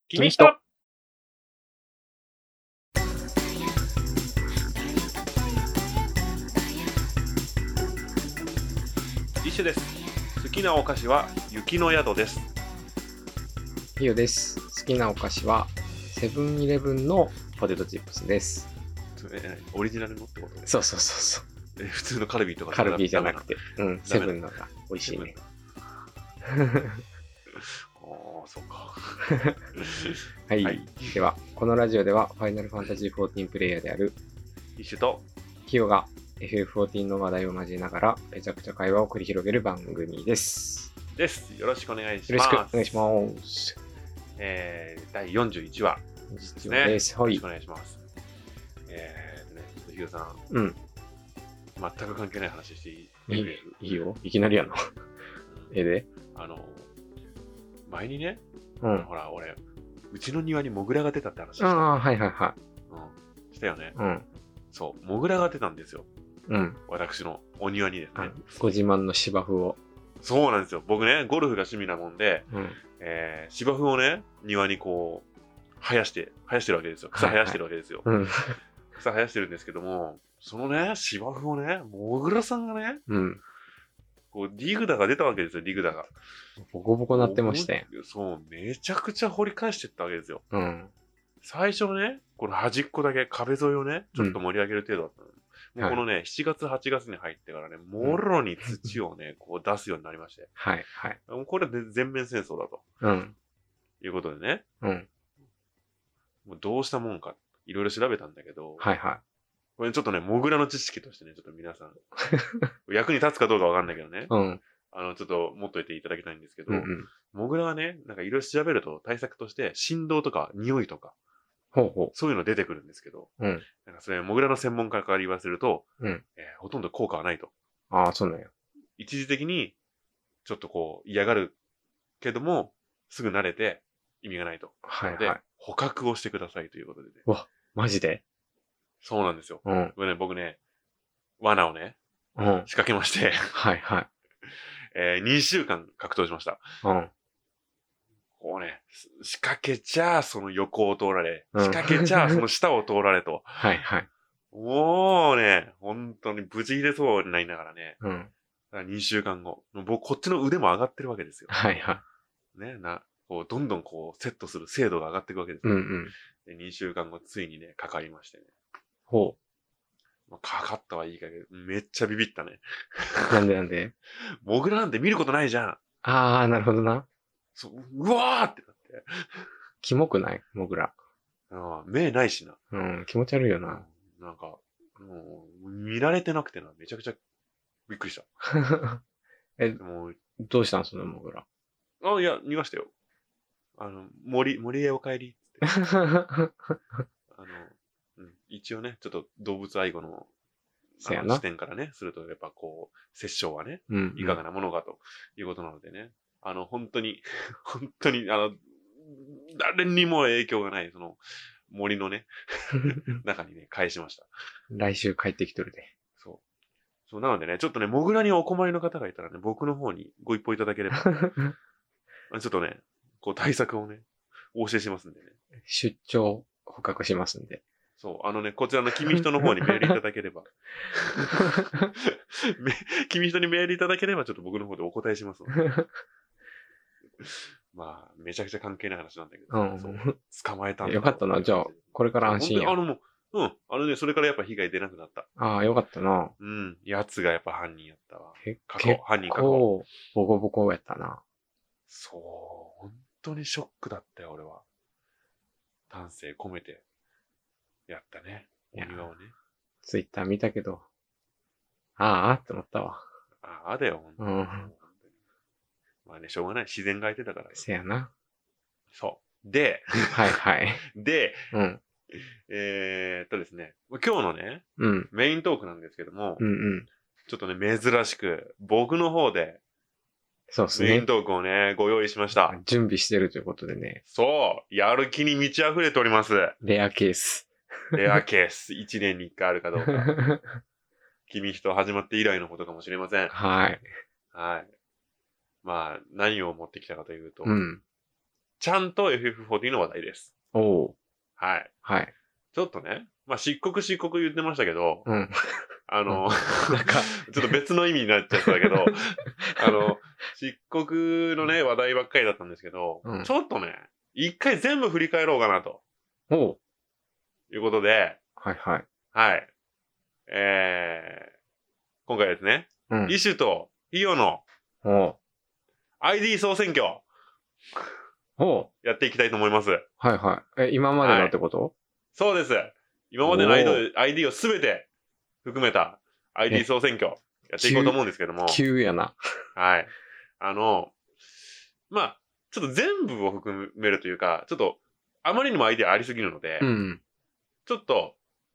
君人イシュです。好きなお菓子は雪の宿です。 ヒヨです。好きなお菓子はセブンイレブンのポテトチップスです。 オリジナルのってことね。 そうそうそうそう。 普通のカルビーとかカルビーじゃなくて、セブンのが美味しいね。 ああ、そうか。 はい、はい。では、このラジオではファイナルファンタジー14プレイヤーであるイシュとヒヨが FF14 の話題を交えながらめちゃくちゃ会話を繰り広げる番組です。 よろしくお願いします。 よろしくお願いします。 第41話ですね。よろしくお願いします。ちょっとヒヨさん。全く関係ない話していいよ。いきなりやな。で前にね、ほら、俺、うちの庭にモグラが出たって話した。 はいはいはい。 したよね。そう、モグラが出たんですよ。私のお庭にですね。 ご自慢の芝生を。 そうなんですよ。僕ね、ゴルフが趣味なもんで、芝生をね、庭にこう、生やしてるわけですよ。草生やしてるわけですよ。草生やしてるんですけども、そのね、芝生をね、モグラさんがね、こうディグダが出たわけですよ、ディグダが。 ボコボコなってましたよ。 そう、めちゃくちゃ掘り返していったわけですよ。最初ね、この端っこだけ壁沿いをね、ちょっと盛り上げる程度だったの。もうこのね、7月、8月に入ってからね、もろに土をね、こう出すようになりまして。 はいはい。 これで全面戦争だと。いうことでね。もうどうしたもんか、いろいろ調べたんだけど。 はいはい。 これちょっとね、モグラの知識としてね、ちょっと皆さん、役に立つかどうかわかんないけどね。ちょっと持っといていただきたいんですけど、モグラはね、なんかいろいろ調べると対策として振動とか匂いとか、そういうの出てくるんですけど、なんかそれモグラの専門家から言わせると、ほとんど効果はないと。 ああ、そうなんや。 一時的にちょっとこう嫌がるけども、すぐ慣れて意味がないと。 はいはい。 なので、捕獲をしてくださいということでね。 わ、マジで？ そうなんですよ。僕ね、罠をね、仕掛けまして。 はいはい。 2週間格闘しました。こうね、仕掛けちゃその横を通られ、仕掛けちゃその下を通られと。 はいはい。 もうね、本当に無事入れそうになりながらね。2週間後。僕、こっちの腕も上がってるわけですよ。はいはい。ね、こうどんどんこうセットする精度が上がっていくわけですよ。で2週間後、ついにね、かかりましてね。かかったはいいかげど、めっちゃビビったね。 なんでモグラなんて見ることないじゃん。 ああ、なるほどな。 そう、うわーってなって。 キモくないモグラ。 目ないしな。 気持ち悪いよな。 なんか、もう、見られてなくてな、めちゃくちゃびっくりした。 もうどうしたんそのモグラ。 いや、逃がしたよ。森へお帰りって。一応ね、ちょっと動物愛護の視点からね、すると、やっぱこう、殺生はね、いかがなものかということなのでね、本当に、誰にも影響がない、その、森のね、中にね、返しました。 来週帰ってきとるで。 そう、なのでね、ちょっとね、モグラにお困りの方がいたらね、僕の方にご一報いただければ、ちょっとね、こう対策をね、お教えしますんでね。 出張捕獲しますんで。 そう、こちらの君人の方にメールいただければ。君人にメールいただければ、ちょっと僕の方でお答えしますので。まあ、めちゃくちゃ関係ない話なんだけど、捕まえたんだ。 よかったな、じゃあ、これから安心や。 それからやっぱ被害出なくなった。 ああ、よかったな。 奴がやっぱ犯人やったわ。 犯人確保。ボコボコやったな。 そう、本当にショックだったよ、俺は。丹精込めて、やったね。お庭をね。 ツイッター見たけど、ああって思ったわ。 ああだよ、本当に。まあね、しょうがない。自然が相手だから。 せやな。 そう。で、 はいはい。 で、ですね、今日のね、メイントークなんですけども、ちょっとね、珍しく、僕の方で、 そうですね。 メイントークをね、ご用意しました。 準備してるということでね。 そう。やる気に満ち溢れております。 レアケース。 レアケース。1年に1回あるかどうか。君人始まって以来のことかもしれません。 はい。 はい。まあ、何を持ってきたかというと、 ちゃんと FF14 の話題です。 おー。 はい。 はい。 ちょっとね、まあ、漆黒言ってましたけど、 うん。 なんか、ちょっと別の意味になっちゃったけど、漆黒のね、話題ばっかりだったんですけど、ちょっとね、一回全部振り返ろうかなと。 おう。 いうことで、 はいはい。 はい。今回ですね、イシュとヒヨの ID 総選挙、やっていきたいと思います。 はいはい。今までのってこと？ そうです。今までの ID をすべて含めた ID 総選挙、やっていこうと思うんですけども。 急やな。 はい。まあ、ちょっと全部を含めるというか、ちょっと、あまりにもアイデアありすぎるので、ちょっと、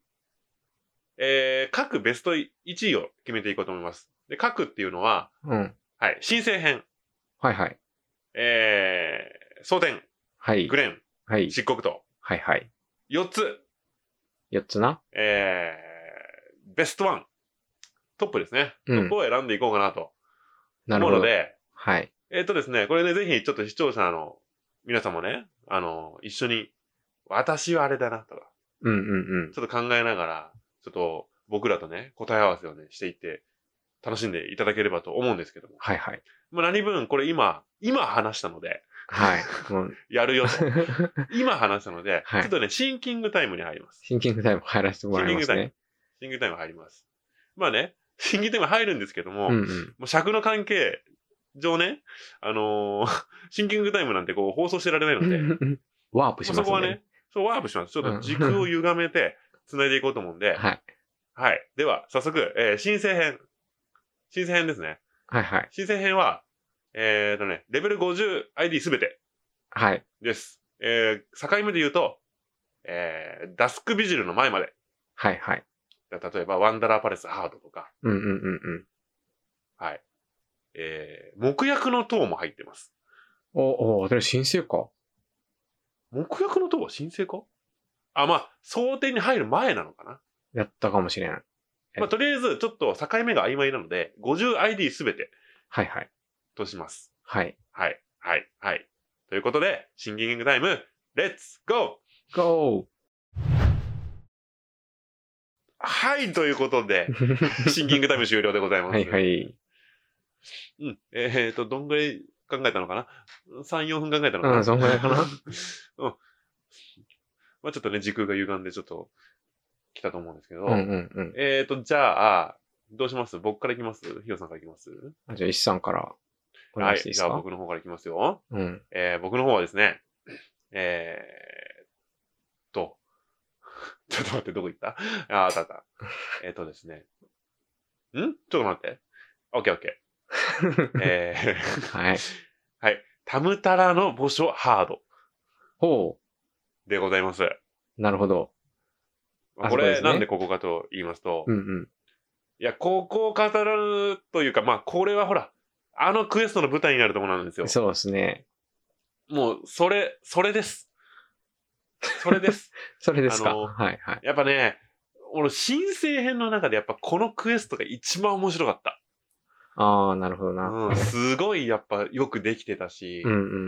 各ベスト1位を決めていこうと思います。で、各っていうのは、はい、新生編。 はいはい。 蒼天。 はい。 グレン。 はい。 漆黒と。 はいはい。 4つ。 4つな。 ベスト1。トップですね。トップを選んでいこうかなと。 なるほど。 思うので、 はい。 ですね、これね、ぜひちょっと視聴者の皆さんもね、一緒に、私はあれだな、とか。ちょっと考えながら、ちょっと僕らとね、答え合わせをね、していって、楽しんでいただければと思うんですけども。 はいはい。 まあ何分、これ今話したので、 はい。 やるよと。今話したので、ちょっとね、シンキングタイムに入ります。 シンキングタイム入らせてもらいますね。 シンキングタイム入ります。まあね、シンキングタイム入るんですけども、もう尺の関係上ね、シンキングタイムなんてこう放送してられないので、 ワープしますね。 そこはね、ワープします。ちょっと時空を歪めて繋いでいこうと思うんで、はい。はい。では、早速、新生編。新生編ですね。はいはい。新生編は、レベル 50ID すべて。はい。です。境目で言うと、ダスクビジルの前まで。はいはい。例えば、ワンダラーパレスハードとか。はい。木薬の塔も入ってます。 それ新生か。 木薬の塔は新生か？あ、まあ、想定に入る前なのかな。 やったかもしれん。 まあ、とりあえず、ちょっと境目が曖昧なので、50ID すべて。はいはい。とします。はい。はい。はい。はい。ということで、シンキングタイム、レッツゴー！ ゴはい、ということで、シンキングタイム終了でございます。はいはい。うん。どんぐらい考えたのかな ?3、4分考えたのかなそんぐらいかなうん。まあちょっとね、時空が歪んでちょっと来たと思うんですけど。じゃあ、どうします？僕からいきます？ヒヨさんからいきます？ じゃあ、石さんからお願いしていいですか？ はい。じゃあ僕の方からいきますよ。僕の方はですね、ちょっと待って、どこ行った？あった。ですね。ちょっと待って。オッケー。はい。はい。タムタラの墓所ハード。ほう。でございます。 なるほど。 これ、なんでここかと言いますと、いや、ここを語るというか、まあ、これはほら、あのクエストの舞台になるところなんですよ。 そうですね。 もう、それです。それです。 それですか。はいはい。 やっぱね、俺、新生編の中でやっぱこのクエストが一番面白かった。 ああ、なるほどな。 すごいやっぱよくできてたし、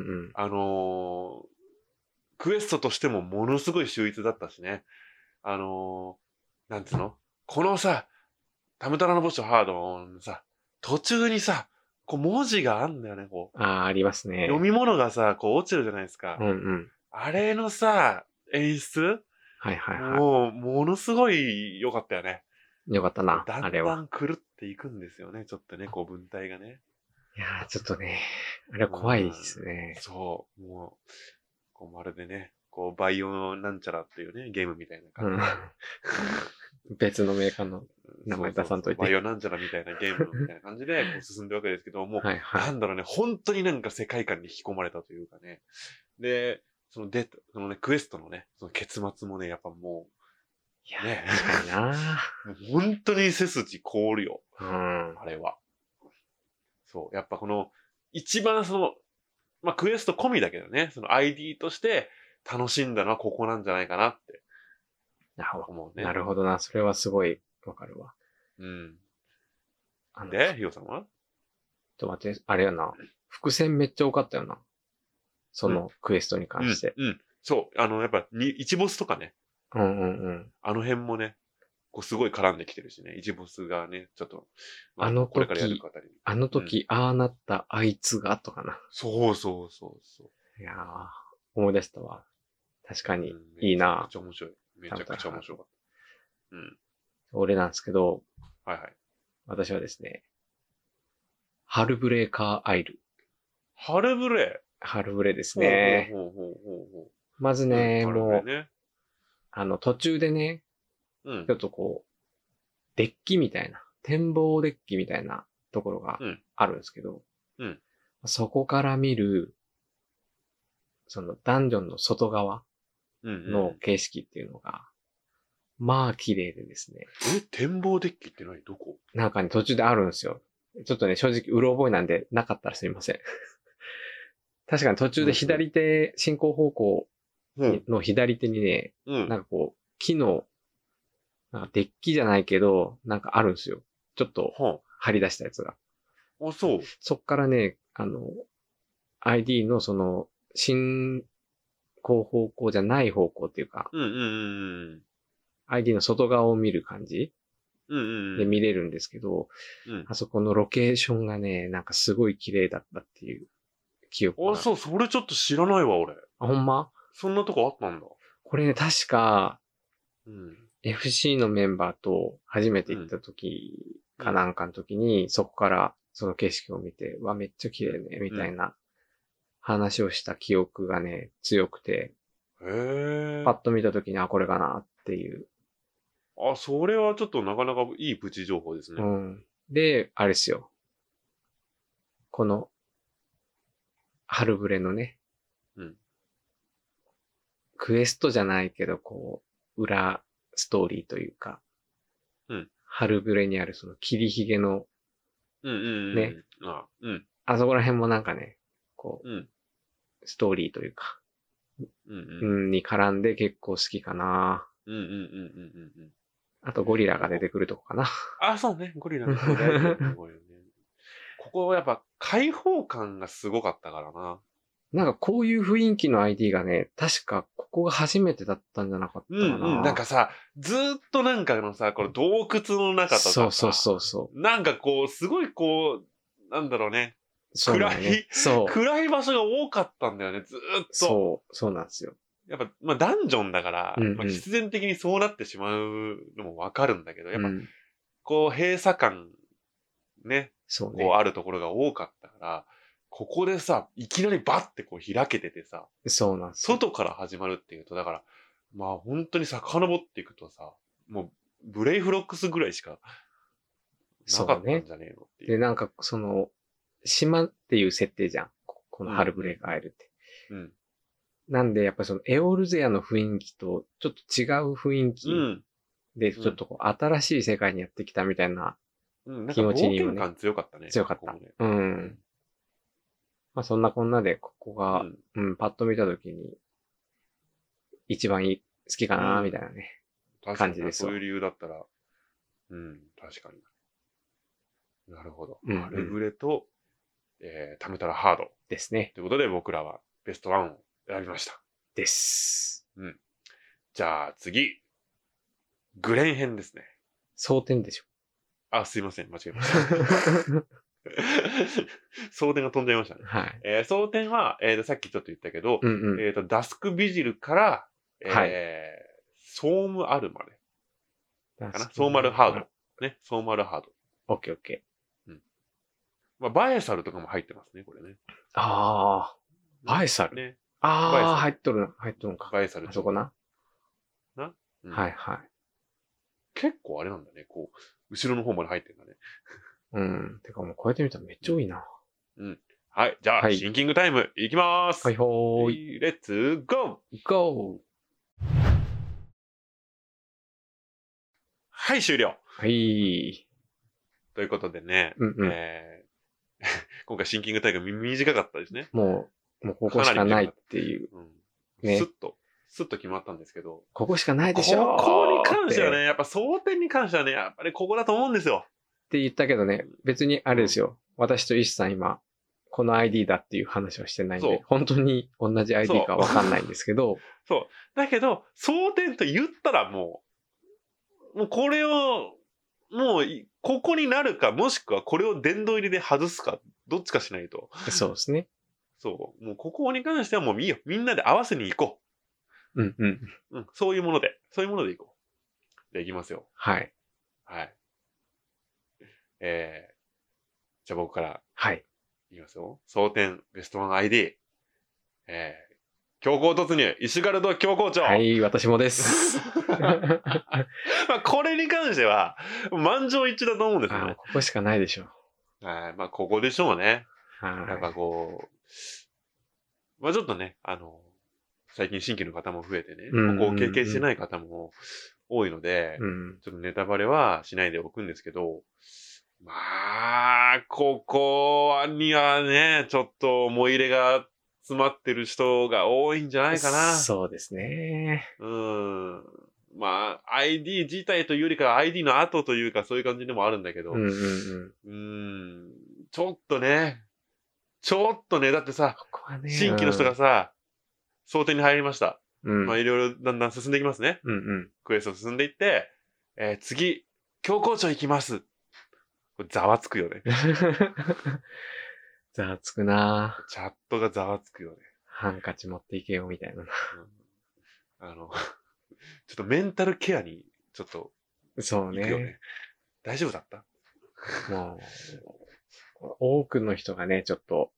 クエストとしてもものすごい秀逸だったしね。なんつうの？このさ、タムタラの墓所ハードのさ、途中にさ、こう文字があんだよね、こう。 ありますね。 読み物がさ、こう落ちるじゃないですか。あれのさ、演出？はいはいはい。もう、ものすごい良かったよね。 良かったな、 あれは。だんだん狂っていくんですよね、ちょっとね、こう文体がね。 いやー、ちょっとね、あれは怖いですね。 そう、もう、こうまるでね、こう、バイオなんちゃらっていうね、ゲームみたいな感じ。別のメーカーの名前出さんといて。 バイオなんちゃらみたいなゲームみたいな感じでこう進んでるわけですけども、なんだろうね、本当になんか世界観に引き込まれたというかね。で、そのね、クエストのね、その結末もね、やっぱもう、 いや、ね、確かにな本当に背筋凍るよ。あれは。そう。やっぱこの、一番まあ、クエスト込みだけどね、その ID として楽しんだのはここなんじゃないかなって思うね。 なるほどな。それはすごいわかるわ。 で、ヒヨさんは？ ちょっと待って、あれやな。伏線めっちゃ多かったよな。 そのクエストに関して。 うん。そう。やっぱ1ボスとかね。 うんうんうん。 あの辺もね、こうすごい絡んできてるしね。1ボスがね、ちょっと、 あのこれからやる時、 かたり。 ああなったあいつがとかな。 そうそうそうそう。 いやー、思い出したわ。確かに、いいな。 めちゃくちゃ面白い。めちゃくちゃ面白かった。うん。 俺なんですけど、 はいはい。 私はですね、ハルブレーカーアイル。 ハルブレハルブレですね。 ほうほうほうほうほう。 まずね、もう、 ね、 途中でね、ちょっとこう、デッキみたいな、展望デッキみたいなところがあるんですけど、そこから見る、そのダンジョンの外側の景色っていうのが、まあ綺麗でですね。 展望デッキって何？どこ？ なんかね、途中であるんですよ。ちょっとね、正直うろ覚えなんで、なかったらすいません。確かに途中で左手、進行方向の左手にね、なんかこう、木の、なんかデッキじゃないけど、なんかあるんですよ。ちょっと、張り出したやつが。 あ、そう。 そっからね、ID のその、進行方向じゃない方向っていうか、ID の外側を見る感じで見れるんですけど、あそこのロケーションがね、なんかすごい綺麗だったっていう記憶が。 あ、そう、それちょっと知らないわ、俺。 あ、ほんま？ そんなとこあったんだ。 これね、確か、FC のメンバーと初めて行った時かなんかの時に、そこからその景色を見て、わ、めっちゃ綺麗ね、みたいな話をした記憶がね、強くて、パッと見た時に、あ、これかなっていう。 あ、それはちょっとなかなかいいプチ情報ですね。 で、あれですよ。この、春ブレのね、クエストじゃないけど、こう、裏ストーリーというか、春ブレにあるその切りひげの、ね、あそこら辺もなんかね、こう、ストーリーというか、に絡んで結構好きかな。あとゴリラが出てくるとこかな。 あ、そうね、ゴリラの大丈夫。ここはやっぱ開放感がすごかったからな。 なんかこういう雰囲気の ID がね、確かここが初めてだったんじゃなかったかな。 なんかさ、ずーっとなんかのさ、この洞窟の中とかさ、 そう。 なんかこう、すごいこう、なんだろうね。暗い場所が多かったんだよね、ずーっと。 そうなんですよ。 やっぱ、まあダンジョンだから、必然的にそうなってしまうのもわかるんだけど、やっぱ、こう、閉鎖感、ね、こうあるところが多かったから、ここでさ、いきなりバッてこう開けててさ、 そうなんです。 外から始まるっていうと、だから、まあ本当に遡っていくとさ、もう、ブレイフロックスぐらいしか、なかったんじゃねえのっていう。 で、なんかその、島っていう設定じゃん。このハルブレイカーアイルって。なんで、やっぱりそのエオルゼアの雰囲気とちょっと違う雰囲気で、ちょっとこう新しい世界にやってきたみたいな気持ちにもね。 冒険感強かったね。 強かった。まあそんなこんなで、ここが、パッと見たときに、一番好きかな、みたいなね、感じです。 そういう理由だったら、確かに。なるほど。ハルブレと、タムタラハード。 ですね。 ということで僕らはベスト1を選びました。 です。 じゃあ次。グレン編ですね。 蒼天でしょ。 あ、すいません。間違えました。蒼天が飛んじゃいましたね。 はい。 蒼天は、さっきちょっと言ったけど、ダスクビジルから、ソームアルまで。かなソーマルハード。ね。ソーマルハード。 オッケー。 まあ、バエサルとかも入ってますね、これね。 ああ。バエサルね。ああ、入っとるのか。 バエサル。 あそこな。 はい。 結構あれなんだね、こう、後ろの方まで入ってるんだね。 てかもうこうやって見たらめっちゃ多いな。 はい。じゃあ、シンキングタイムいきまーす。 はいほーい。 レッツゴーゴーはい、終了。 はい。 ということでね、今回シンキングタイム短かったですね。 もうここしかないっていう。 スッと決まったんですけど。 ここしかないでしょここに関してはね、やっぱ争点に関してはね、やっぱりここだと思うんですよ。 って言ったけどね、別にあれですよ。私と石さん今、 この ID だっていう話はしてないんで、本当に同じ ID かわかんないんですけど。 そう。だけど、蒼天と言ったらもうこれを、もう、ここになるか、もしくはこれを殿堂入りで外すか、どっちかしないと。 そうですね。 そう。もうここに関してはもういいよ。みんなで合わせに行こう。うんうん。 うん。そういうもので行こう。じゃあ行きますよ。 はい。 はい。じゃあ僕から。 はい。 いきますよ。蒼天ベストワン ID。強行突入、イシュガルド強行長。 はい、私もです。 まあ、これに関しては、満場一致だと思うんですよね。 ここしかないでしょう。まあ、ここでしょうね。 やっぱこう、まあちょっとね、最近新規の方も増えてね、ここを経験してない方も多いので、ちょっとネタバレはしないでおくんですけど、まあ、ここにはね、ちょっと思い入れが詰まってる人が多いんじゃないかな。 そうですね。 まあ、ID 自体というよりかは ID の後というかそういう感じでもあるんだけど、ちょっとね、だってさ、 ここはね、 新規の人がさ、蒼天に入りました。まあいろいろだんだん進んでいきますね。クエスト進んでいって、次、強行長行きます。これざわつくよね。 ざわつくなチャットがざわつくよね。 ハンカチ持っていけよみたいな。 ちょっとメンタルケアに、ちょっと、 そうね。 大丈夫だった？ もう、多くの人がね、ちょっと、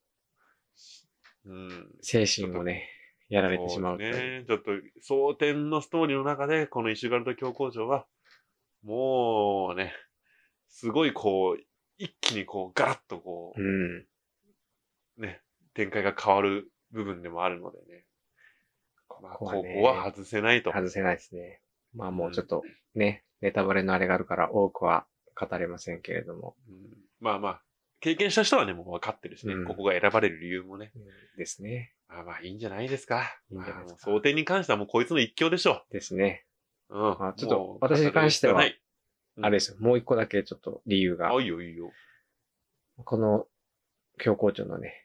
精神をね、やられてしまう。 ね。ちょっと、蒼天のストーリーの中で、このイシュガルド強行長は、もうね、すごいこう、一気にこう、ガラッとこう、ね、展開が変わる部分でもあるのでね。まあ、ここは外せないと。 外せないですね。まあもうちょっとね、ネタバレのあれがあるから多くは語れませんけれども。 まあまあ、経験した人はね、もう分かってるしね、ここが選ばれる理由もね。 ですね。 まあいいんじゃないですか。 いいんじゃないですか。 蒼天に関してはもうこいつの一強でしょう。ですね。まあちょっと私に関しては、あれですよ、もう一個だけちょっと理由が。 いいよいいよ。 この強行長のね、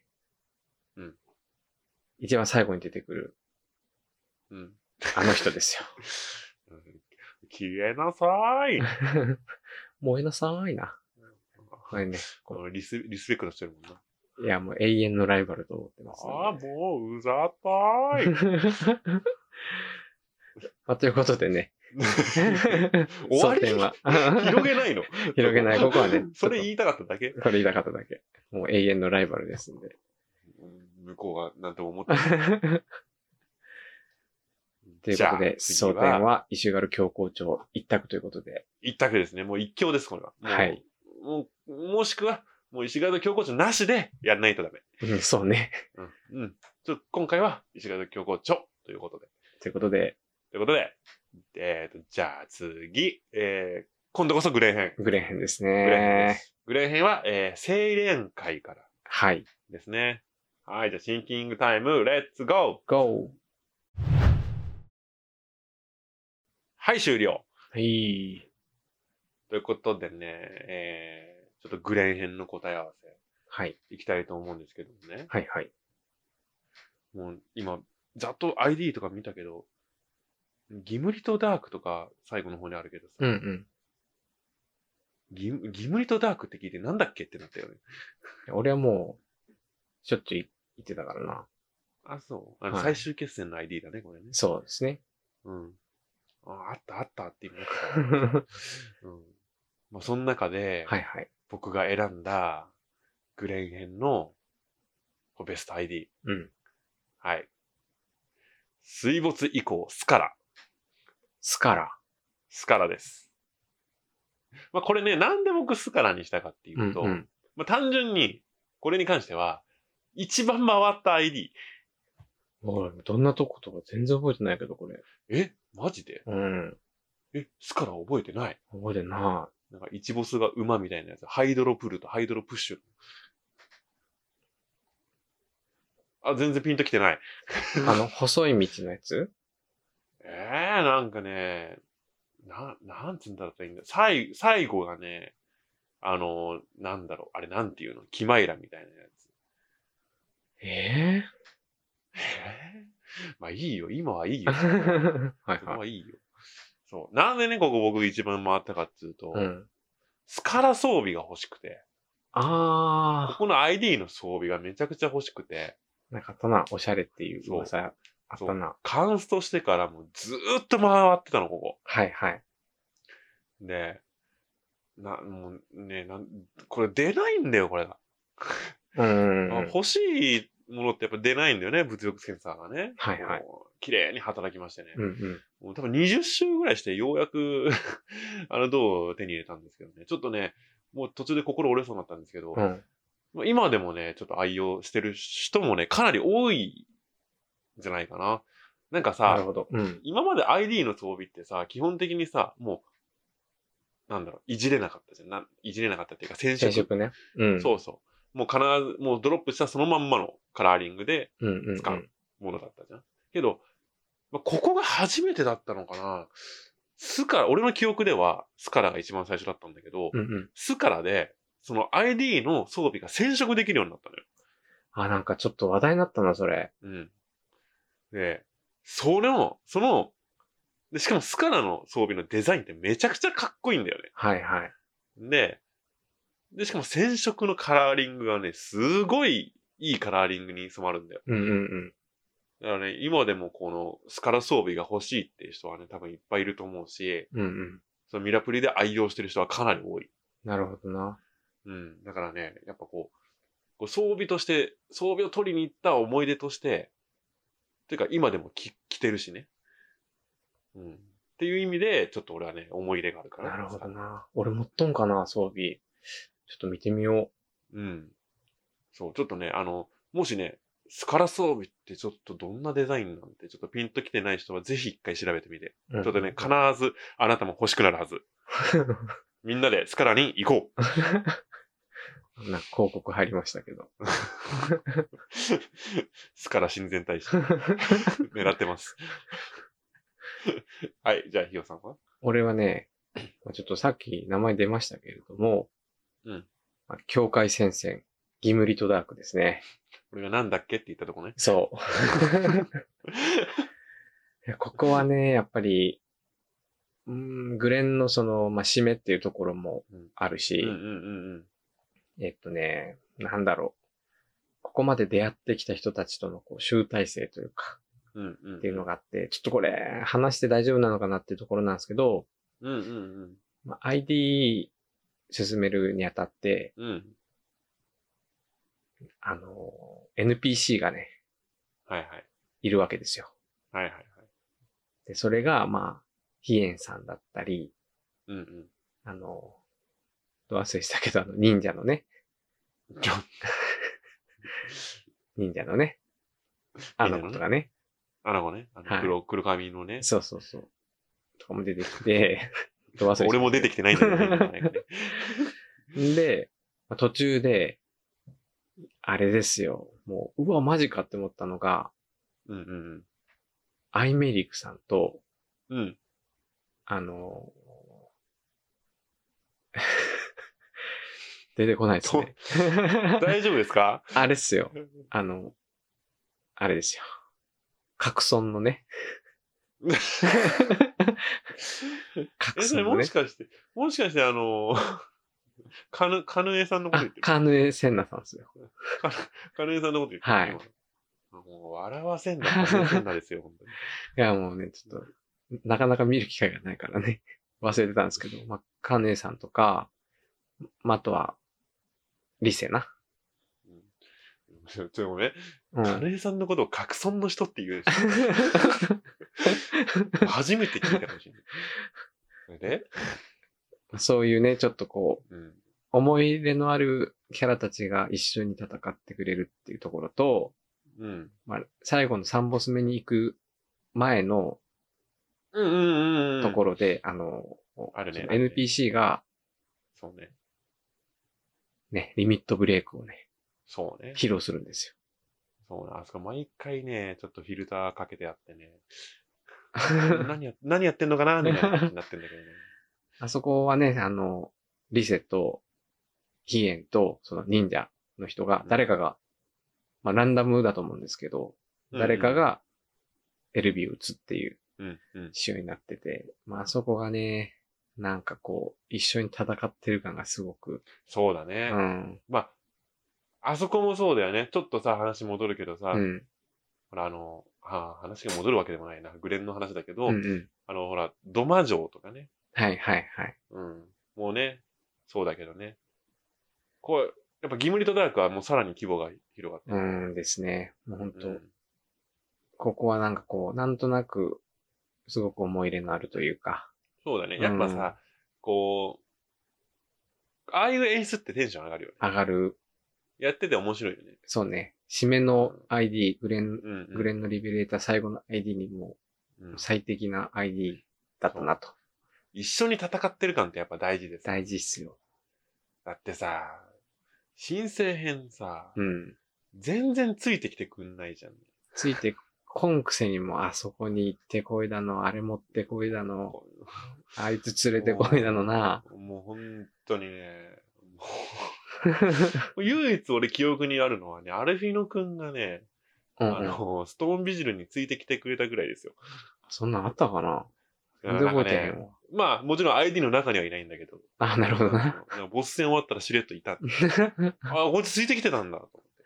一番最後に出てくる、あの人ですよ。 消えなさい。 燃えなさいな。これね。 リスペクトしてるもんな。 いや、もう永遠のライバルと思ってます、 もううざったい。 ということでね。 終わりは広げないの広げない。ここはね。 それ言いたかっただけ。 それ言いたかっただけ。もう永遠のライバルですんで。 向こうが何とも思ってない。 ということで、蒼天はイシュガル強行長一択ということで。 一択ですね。もう一強です、これは。 はい。 もしくは、もうイシュガル強行長なしでやんないとダメ。 そうね。 今回はイシュガル強行長ということで。 ということで、 じゃあ次、今度こそグレーン編。 グレーン編ですね。 グレーン編は、青年会から。 はい。 ですね。はい、じゃあシンキングタイム、レッツゴー！ ゴー！ はい、終了。 はい。 ということでね、ちょっとグレーン編の答え合わせ。 はい。 いきたいと思うんですけどもね。 はいはい。 もう今、ざっと ID とか見たけど、ギムリとダークとか最後の方にあるけどさ。ギムリとダークって聞いてなんだっけってなったよね。 俺はもう、しょっちゅう言ってたからな。 あ、そう。最終決戦の ID だね、これね。 そうですね。 あったって今思ってた。まあ、その中で、僕が選んだグレン編のベスト ID。はい。水没以降、スカラ。スカラです。まあ、これね、なんで僕スカラにしたかっていうと、まあ、単純に、これに関しては、一番回った ID。 どんなとことか全然覚えてないけど、これ。 マジで？スカラ覚えてない？ 覚えてない。 なんか、一ボスが馬みたいなやつ。ハイドロプルとハイドロプッシュ。全然ピンときてない。 細い道のやつ？ なんかね、なんつうんだろういいんだ。最後がね、なんだろう、あれなんていうの？キマイラみたいなやつ。 えまあいいよ。今はいいよ。 はいそこはいいよ。そう。なんでね、ここ僕一番回ったかっていうと、 うん。 スカラ装備が欲しくて。 ああ。 ここの ID の装備がめちゃくちゃ欲しくて。 なんかあったな、おしゃれっていう噂あったな。 カンストしてからもうずーっと回ってたの、ここ。 はいはい。 で、もうね、これ出ないんだよ、これが。欲しいものってやっぱ出ないんだよね、物欲センサーがね。 はいはい。 綺麗に働きましてね。 うんうん。 もう多分20周ぐらいしてようやく銅を手に入れたんですけどね。ちょっとね、もう途中で心折れそうになったんですけど、今でもね、ちょっと愛用してる人もね、かなり多いんじゃないかな。なんかさ、 なるほど。 今まで ID の装備ってさ、基本的にさ、もう、なんだろう、いじれなかったじゃん。いじれなかったっていうか、染色ね。 そうそう。もう必ず、もうドロップしたそのまんまのカラーリングで使うものだったじゃん。けど、ここが初めてだったのかな。俺の記憶ではスカラが一番最初だったんだけど、スカラで、その ID の装備が染色できるようになったのよ。 あ、なんかちょっと話題になったな、それ。 で、しかもスカラの装備のデザインってめちゃくちゃかっこいいんだよね。 はいはい。 で、しかも染色のカラーリングがね、すごいいいカラーリングに染まるんだよ。だからね、今でもこのスカラ装備が欲しいっていう人はね、多分いっぱいいると思うし、そのミラプリで愛用してる人はかなり多い。 なるほどな。 だからね、やっぱこう装備として、装備を取りに行った思い出として、ていうか今でも着てるしね。っていう意味で、ちょっと俺はね、思い入れがあるから。 なるほどな。俺持っとんかな、装備。ちょっと見てみよう。そう、ちょっとね、もしね、スカラ装備ってちょっとどんなデザインなんてちょっとピンときてない人はぜひ一回調べてみて。ちょっとね、必ずあなたも欲しくなるはず。みんなでスカラに行こう。 なんか広告入りましたけど。 スカラ親善大使。狙ってます。はい、じゃあヒヨさんは？ 俺はね、ちょっとさっき名前出ましたけれども、境界戦線、ギムリトダークですね。 これがなんだっけって言ったとこね。 そう。ここはね、やっぱり、グレンのその、締めっていうところもあるし、なんだろう。ここまで出会ってきた人たちとのこう集大成というか、っていうのがあって、ちょっとこれ、話して大丈夫なのかなっていうところなんですけど、ID 進めるにあたって、NPC がね、いるわけですよ。で、それが、ヒエンさんだったり、ど忘れしたけど、忍者のね、忍者のね、あの子とかね。 あの子ね。黒髪のね。 そう。とかも出てきて、 俺も出てきてないんだけどね。 で、途中で、あれですよ。もう、うわ、マジかって思ったのが、アイメリックさんと、出てこないですね。 大丈夫ですか？ あれっすよ。あれですよ。角村のね。 角村のね。もしかしてカヌエさんのこと言ってる？ カヌエセンナさんですよ。 カヌエさんのこと言ってる？ はい。 もう笑わせんな、カヌエセンナですよ、本当に。 いや、もうね、ちょっと、なかなか見る機会がないからね。忘れてたんですけど、カヌエさんとか、あとは、リセな。 ちょっとね、カヌエさんのことを角村の人って言う初めて聞いたかもしれない。でそういうね、ちょっとこう、思い入れのあるキャラたちが一緒に戦ってくれるっていうところと、最後の3ボス目に行く前のところで、NPC が、 そうね。 ね、リミットブレイクをね、 そうね。 披露するんですよ。 そうな、あそこ毎回ね、ちょっとフィルターかけてあってね、何やってんのかなみたいな感じになってんだけどね。 あそこはね、リセと、ヒエンと、その忍者の人が、誰かがまあランダムだと思うんですけど、誰かが LB を打つっていう仕様になってて、まあそこがね、なんかこう、一緒に戦ってる感がすごく。 そうだね。まあ、あそこもそうだよね。ちょっとさ、話戻るけどさ、ほら話が戻るわけでもないな。グレンの話だけど、ほら、ドマ城とかね。 はいはいはい。 もうね、そうだけどね。こう、やっぱギムリットダークはもうさらに規模が広がってる。 ですね。もう本当、ここはなんかこう、なんとなく、すごく思い入れのあるというか。 そうだね。やっぱさ、こう、ああいう演出ってテンション上がるよね。 上がる。 やってて面白いよね。 そうね。締めの ID、グレンのリベレーター最後の ID にも、最適な ID だったなと。 一緒に戦ってる感ってやっぱ大事です。 大事っすよ。 だってさ、新生編さ、全然ついてきてくんないじゃん。 ついてこんくせにもあそこに行ってこいだの、あれ持ってこいだの、あいつ連れてこいだのな。 もう本当にね、唯一俺記憶にあるのはね、アルフィノくんがね、ストーンビジルについてきてくれたぐらいですよ。 そんなんあったかな？全然覚えてへんわ。 まあ、もちろん ID の中にはいないんだけど。 あ、なるほどな。 ボス戦終わったらしれっといた。あ、こいつついてきてたんだ、と思って。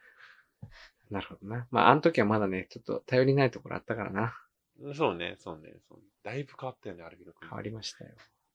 なるほどな。まあ、あの時はまだね、ちょっと頼りないところあったからな。 そうね。だいぶ変わったよね、アルフィノ君。 変わりましたよ。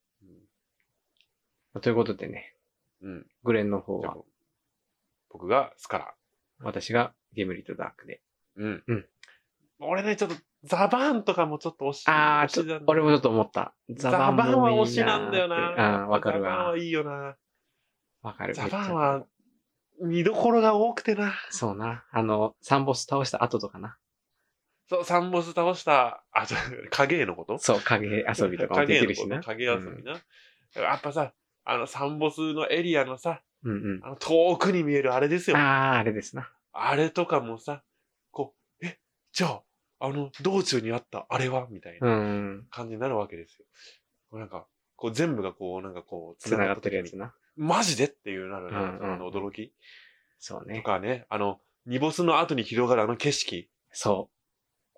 ということでね。グレンの方は。 僕がスカラ。 私がゲムリットダークで。 俺ね、ちょっと、ザバーンとかもちょっと惜しい。 俺もちょっと思った。 ザバーンは惜しなんだよな。 わかるわ。 ザバーンはいいよな。 わかる。 ザバーンは、見どころが多くてな。 そうな。サンボス倒した後とかな。 そう、サンボス倒した、影絵のこと？ そう、影遊びとかもできるしな。 影遊びな。やっぱさ、サンボスのエリアのさ、遠くに見えるあれですよ。 あれですな。 あれとかもさ、こう、じゃあ、道中にあったあれはみたいな感じになるわけですよ。なんか、こう全部がこう、なんかこう、 繋がってるやつな。 マジでっていうなる驚き。 そうね。 とかね、ニボスの後に広がる景色。 そう。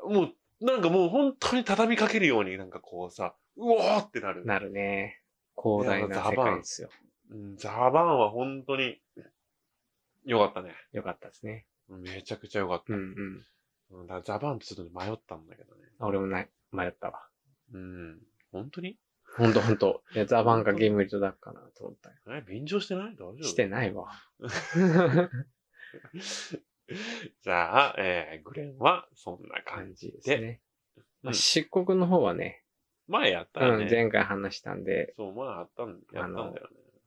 もう、なんかもう本当に畳みかけるようになんかこうさ、うおーってなる。 なるね。広大な世界ですよ。 ザバーンは本当に、よかったね。 よかったですね。 めちゃくちゃよかった。だザバーンとちょっと迷ったんだけどね。 俺も迷ったわ。 本当に？ ほんと。ザバーンかゲームリットダックかなと思ったよ。便乗してない？大丈夫？ してないわ。 じゃあ、グレンはそんな感じですね。漆黒の方はね。 前やったよね。 前回話したんで。 そう、まあやったんだよね。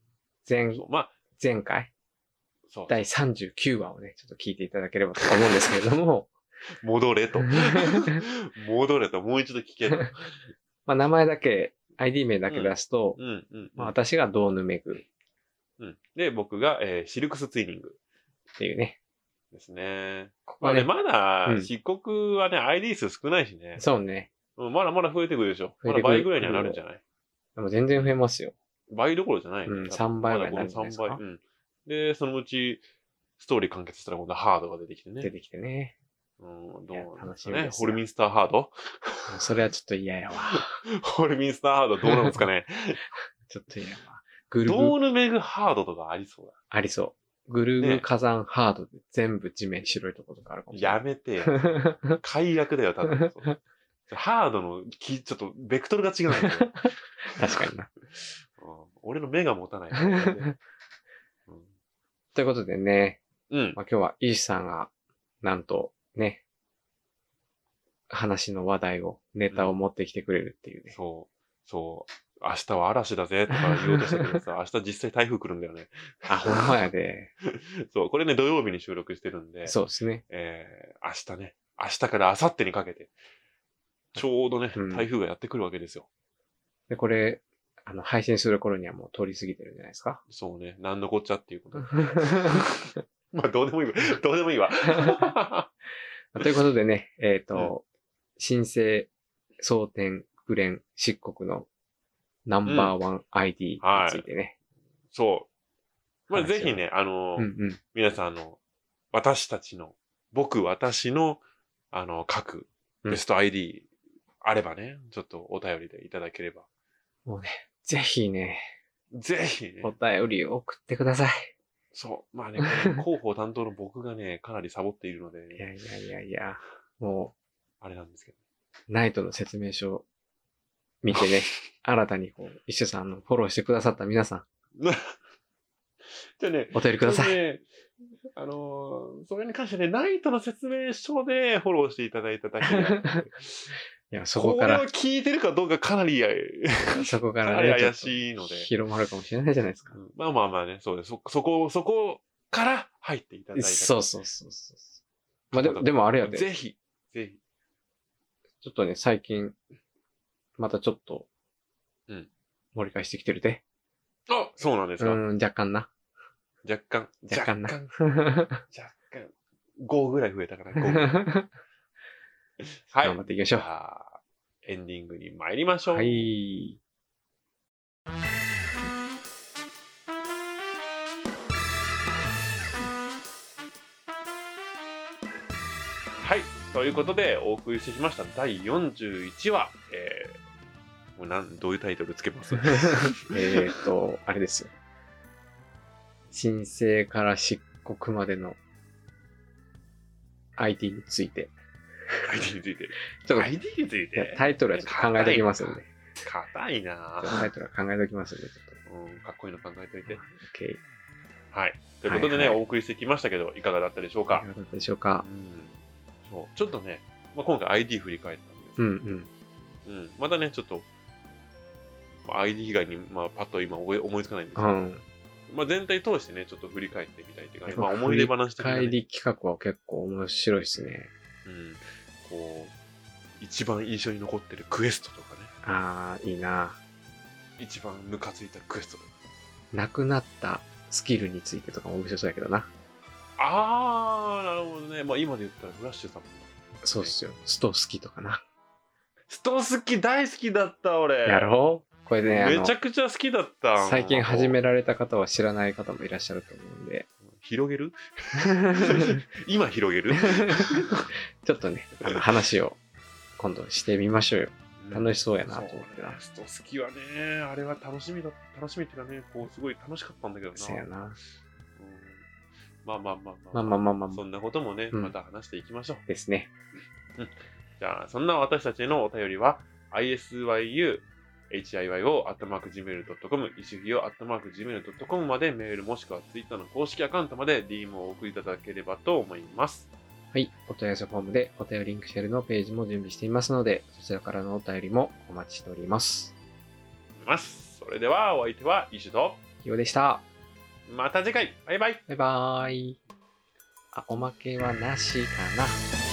前回。第39話をね、ちょっと聞いていただければと思うんですけれども。 戻れと。もう一度聞けと。 まあ名前だけ、ID 名だけ出すと、私がドーヌメグ。 で、僕が、シルクスツイニング。 っていうね。 ですね。まあね、まだ、漆黒はね、ID 数少ないしね。 そうね。 まだまだ増えてくるでしょ。まだ倍ぐらいにはなるんじゃない？ でも全然増えますよ。 倍どころじゃないね。 3倍ぐらいになるんじゃないですか。 3倍。で、そのうち、ストーリー完結したら今度ハードが出てきてね。 出てきてね。 どう楽しみです。 ホルミンスターハード？ それはちょっと嫌やわ。 ホルミンスターハードどうなんですかね？ ちょっと嫌やわ。 ドーヌメグハードとかありそうだ。 ありそう。グルグ火山ハードで全部地面白いところとかあるかもしれない。 やめてよ。解約だよ、多分。ハードのちょっと、ベクトルが違うんだよ。 確かにな。 俺の目が持たない。 ということでね。今日はイーシさんが、なんとね、話の話題を、ネタを持ってきてくれるっていうね。 そう。明日は嵐だぜとか言おうとしたけどさ、明日実際台風来るんだよね。 ほんまやで。 そう、これね、土曜日に収録してるんで。 そうですね。 明日から明後日にかけて、ちょうどね、台風がやってくるわけですよ。 で、これ、配信する頃にはもう通り過ぎてるんじゃないですか？ そうね、なんのこっちゃっていうこと。まあ、どうでもいいわ。 ということでね、新生蒼天グレン漆黒のナンバーワン ID についてね。 そう。まあ、ぜひね、皆さん私たちの私の、各ベスト ID あればね、ちょっとお便りでいただければ。 もうね、ぜひね、 ぜひね。 お便りを送ってください。 そう。まあね、広報担当の僕がね、かなりサボっているので。 いや、もう、あれなんですけど。 ナイトの説明書を見てね、新たにイッシュさんのフォローしてくださった皆さん。 じゃあね、 お便りください。 ね、それに関してね、ナイトの説明書でフォローしていただいただけで。 いや、そこから。 これを聞いてるかどうかかなり、 そこからね、 怪しいので。 広まるかもしれないじゃないですか。 まあね、そうです。そこから入っていただいた。 そう。まあでもあれやで。 ぜひ。 ちょっとね、最近、またちょっと、盛り返してきてるで。 あ、そうなんですか。 若干な。 若干。 5ぐらい増えたかな。 5。はい。頑張っていきましょう。 エンディングに参りましょう。 はい。 はい。ということで、お送りしてきました第41話。もうどういうタイトルつけますあれですよ。申請から漆黒までの IT について。 IT について。 ちょっと IT についてタイトルはちょっと考えときますんで。 硬いなタイトルは考えときますんで、ちょっと。かっこいいの考えといて。 OK。 はい。ということでね、お送りしてきましたけど、いかがだったでしょうか。 いかがだったでしょうか。 そうちょっとね、今回 ID 振り返ったんですまたね、ちょっと、ID 以外に、パッと今思いつかないんですけど、全体通してね、ちょっと振り返ってみたいっていうか、思い出話的な、 振り返り企画は結構面白いですね。 一番印象に残ってるクエストとかね。いいな。 一番ムカついたクエストとか。 なくなったスキルについてとかも面白そうやけどな。 なるほどね。今で言ったらフラッシュさんも。 そうっすよ。スト好きとかな。 スト好き大好きだった、俺。 やろうこれね、 めちゃくちゃ好きだった。 最近始められた方は知らない方もいらっしゃると思うんで。 広げる今広げるちょっとね、話を今度してみましょうよ。楽しそうやなと思ってな。 スト好きはね、あれは楽しみっていうかね、すごい楽しかったんだけどな。 そうやな。 まあ。そんなこともね、また話していきましょう。 ですね。 じゃあ、そんな私たちへのお便りは、isyu.hiyo@gmail.com、isugio@gmail.com までメールもしくは Twitter の公式アカウントまで DM をお送りいただければと思います。 はい。お問い合わせフォームでお便りリンクシェルのページも準備していますので、そちらからのお便りもお待ちしております。 それでは、お相手はイシュとヒヨでした。 また次回。バイバイ。 バイバイ。おまけはなしかな。